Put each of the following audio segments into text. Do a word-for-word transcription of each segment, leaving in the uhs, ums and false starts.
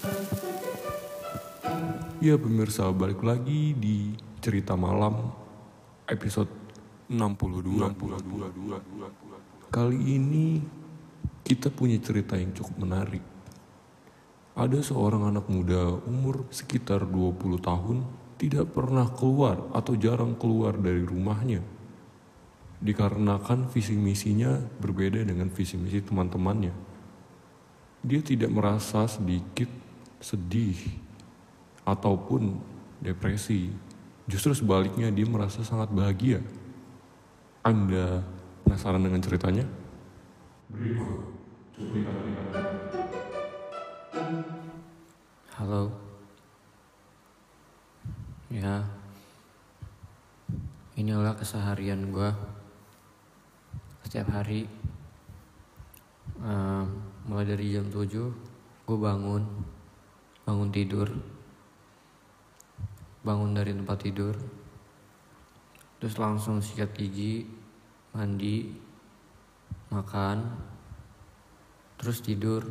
Ya pemirsa, balik lagi di Cerita Malam episode enam puluh dua. Kali ini kita punya cerita yang cukup menarik. Ada seorang anak muda umur sekitar dua puluh tahun tidak pernah keluar atau jarang keluar dari rumahnya. Dikarenakan visi misinya berbeda dengan visi misi teman-temannya. Dia tidak merasa sedikit sedih ataupun depresi. Justru sebaliknya, dia merasa sangat bahagia. Anda penasaran dengan ceritanya? Berikut cuplikan. Halo. Ya, inilah keseharian gue setiap hari. um, Mulai dari jam tujuh gue bangun Bangun tidur Bangun dari tempat tidur, terus langsung sikat gigi, mandi, makan, terus tidur.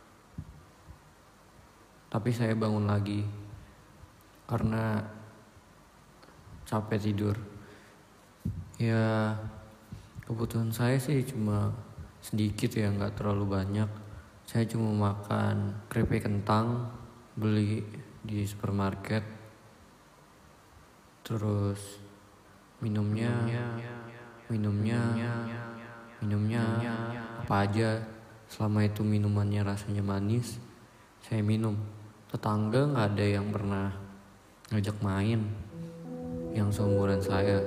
Tapi saya bangun lagi karena capek tidur. Ya, kebutuhan saya sih cuma sedikit ya, gak terlalu banyak. Saya cuma makan keripik kentang, beli di supermarket. Terus minumnya Minumnya Minumnya apa aja. Selama itu minumannya rasanya manis, saya minum. Tetangga gak ada yang pernah ngajak main yang seumuran saya,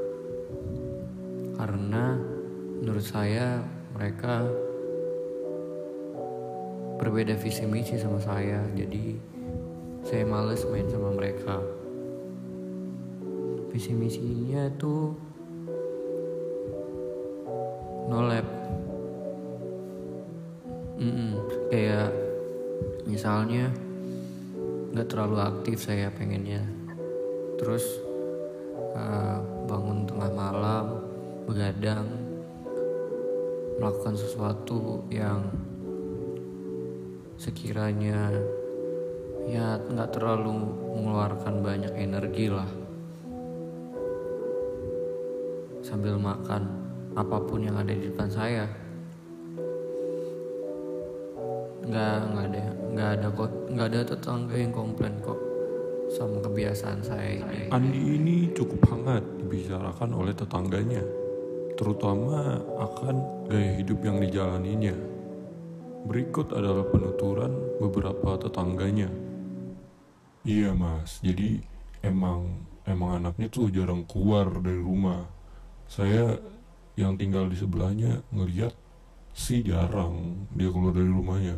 karena menurut saya mereka berbeda visi misi sama saya. Jadi saya males main sama mereka. Visi misinya tuh no lab. Mm-mm. Kayak misalnya gak terlalu aktif saya pengennya, terus uh, bangun tengah malam, begadang, melakukan sesuatu yang sekiranya ya gak terlalu mengeluarkan banyak energi lah, sambil makan apapun yang ada di depan saya. Nggak nggak ada nggak ada kok nggak ada tetangga yang komplain kok sama kebiasaan saya ini. Andi ini cukup hangat dibicarakan oleh tetangganya, terutama akan gaya hidup yang dijalaninya. Berikut adalah penuturan beberapa tetangganya. Iya mas, jadi emang emang anaknya tuh jarang keluar dari rumah. Saya yang tinggal di sebelahnya ngeliat sih jarang dia keluar dari rumahnya.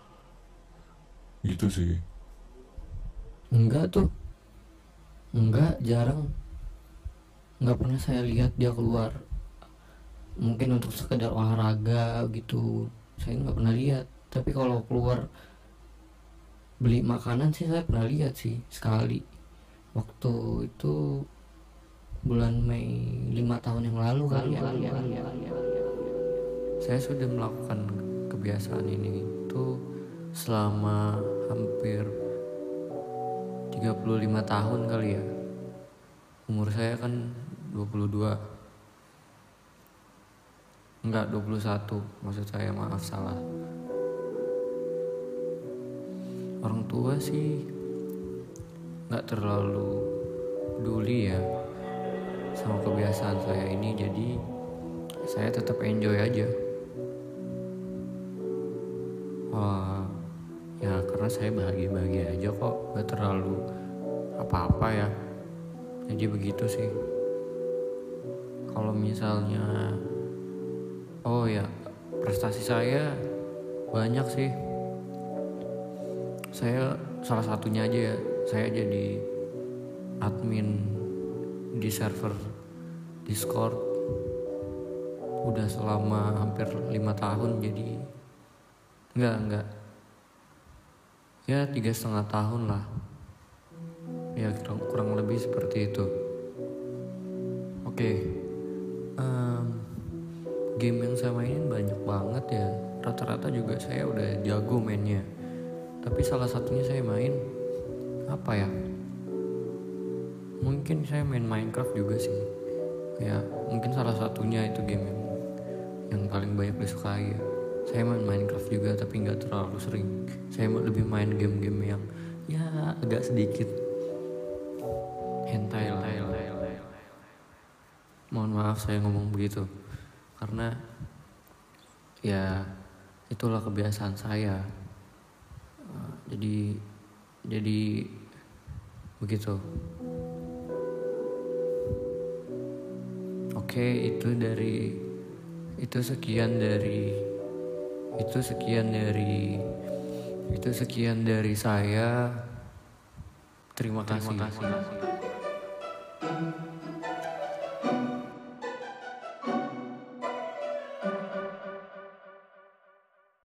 Gitu sih. Enggak tuh, enggak, jarang. Enggak pernah saya lihat dia keluar. Mungkin untuk sekedar olahraga gitu, saya nggak pernah lihat. Tapi kalau keluar beli makanan sih saya pernah lihat sih sekali. Waktu itu bulan Mei lima tahun yang lalu kali ya. Saya sudah melakukan kebiasaan ini itu selama hampir tiga puluh lima tahun kali ya. Umur saya kan dua puluh dua. Enggak, dua puluh satu maksud saya, maaf salah. Orang tua sih gak terlalu peduli ya sama kebiasaan saya ini, jadi saya tetap enjoy aja. Wah, ya karena saya bahagia-bahagia aja kok, gak terlalu apa-apa ya. Jadi begitu sih. Kalau misalnya, oh ya, prestasi saya banyak sih. Saya salah satunya aja ya, saya jadi admin di server Discord udah selama hampir lima tahun. Jadi enggak enggak ya tiga setengah tahun lah ya, kurang, kurang lebih seperti itu. Oke, okay. um, game yang saya mainin banyak banget ya, rata-rata juga saya udah jago mainnya. Tapi salah satunya saya main apa ya, mungkin saya main Minecraft juga sih. Ya mungkin salah satunya itu game yang, yang paling banyak disukai ya. Saya main Minecraft juga tapi nggak terlalu sering. Saya lebih main game-game yang ya agak sedikit hentai lah. Mohon maaf saya ngomong begitu karena ya itulah kebiasaan saya. Uh, jadi jadi begitu. Oke, itu dari itu sekian dari itu sekian dari itu sekian dari saya. Terima kasih. Terima kasih.